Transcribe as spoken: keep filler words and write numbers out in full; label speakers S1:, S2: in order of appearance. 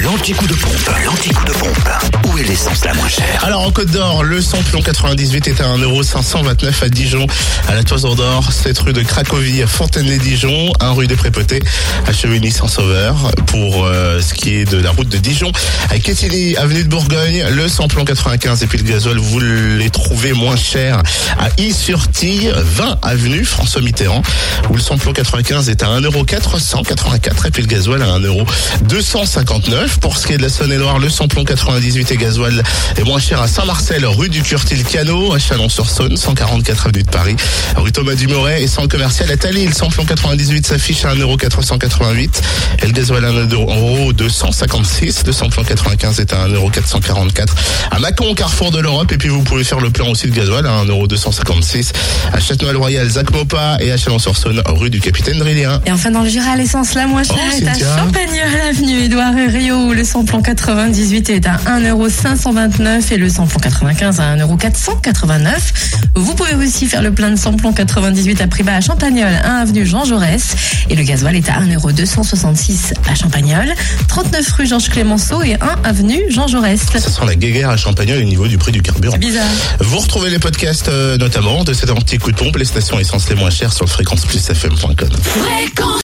S1: L'anti-coup de pompe, l'anti-coup de pompe. Où est l'essence la moins chère?
S2: Alors en Côte d'Or, le samplon quatre-vingt-dix-huit est à un euro cinq cent vingt-neuf à Dijon, à la Toison d'Or, sept rue de Cracovie, à Fontaine-les-Dijon, un rue des Prépotés, à Chevigny-Saint-Sauveur. Pour euh, ce qui est de la route de Dijon, à Quetigny, avenue de Bourgogne, le samplon quatre-vingt-quinze et puis le gasoil, vous les trouvez moins cher à Y-sur-Tille, vingt avenue François Mitterrand, où le samplon quatre-vingt-quinze est à un euro quatre cent quatre-vingt-quatre et puis le gasoil à un euro deux cent cinquante-neuf. Pour ce qui est de la Saône-et-Loire, le samplon quatre-vingt-dix-huit et gasoil est moins cher à Saint-Marcel, rue du Curtil-Cano, à Chalon-sur-Saône, cent quarante-quatre avenue de Paris, rue Thomas Dumoret et centre commercial à Thaly. Le samplon quatre-vingt-dix-huit s'affiche à un euro quatre cent quatre-vingt-huit et le gasoil à un euro deux cent cinquante-six. Le samplon quatre-vingt-quinze est à un euro quatre cent quarante-quatre à Mâcon, carrefour de l'Europe. Et puis vous pouvez faire le plein aussi de gasoil à un euro deux cent cinquante-six à Châtenois-le-Royal, Zac-Mopa et à Chalon-sur-Saône, rue du Capitaine Drillien.
S3: Et enfin dans le Jura, l'essence la moins chère
S2: Oh,
S3: est à
S2: Cynthia.
S3: Champagnole, avenue Édouard Herriot, où le samplon quatre-vingt-dix-huit est à un euro cinq cent vingt-neuf et le samplon quatre-vingt-quinze à un euro quatre cent quatre-vingt-neuf. Vous pouvez aussi faire le plein de samplon quatre-vingt-dix-huit à prix bas à Champagnole, un avenue Jean Jaurès. Et le gasoil est à un euro deux cent soixante-six à Champagnole, trente-neuf rue Georges Clémenceau et un avenue Jean Jaurès.
S2: Ça sent la guéguerre à Champagnole au niveau du prix du carburant.
S3: C'est bizarre.
S2: Vous retrouvez les podcasts euh, notamment de cet anti-coup de pompe, les stations essence les moins chères sur le fréquence plus f m point com.
S1: Fréquence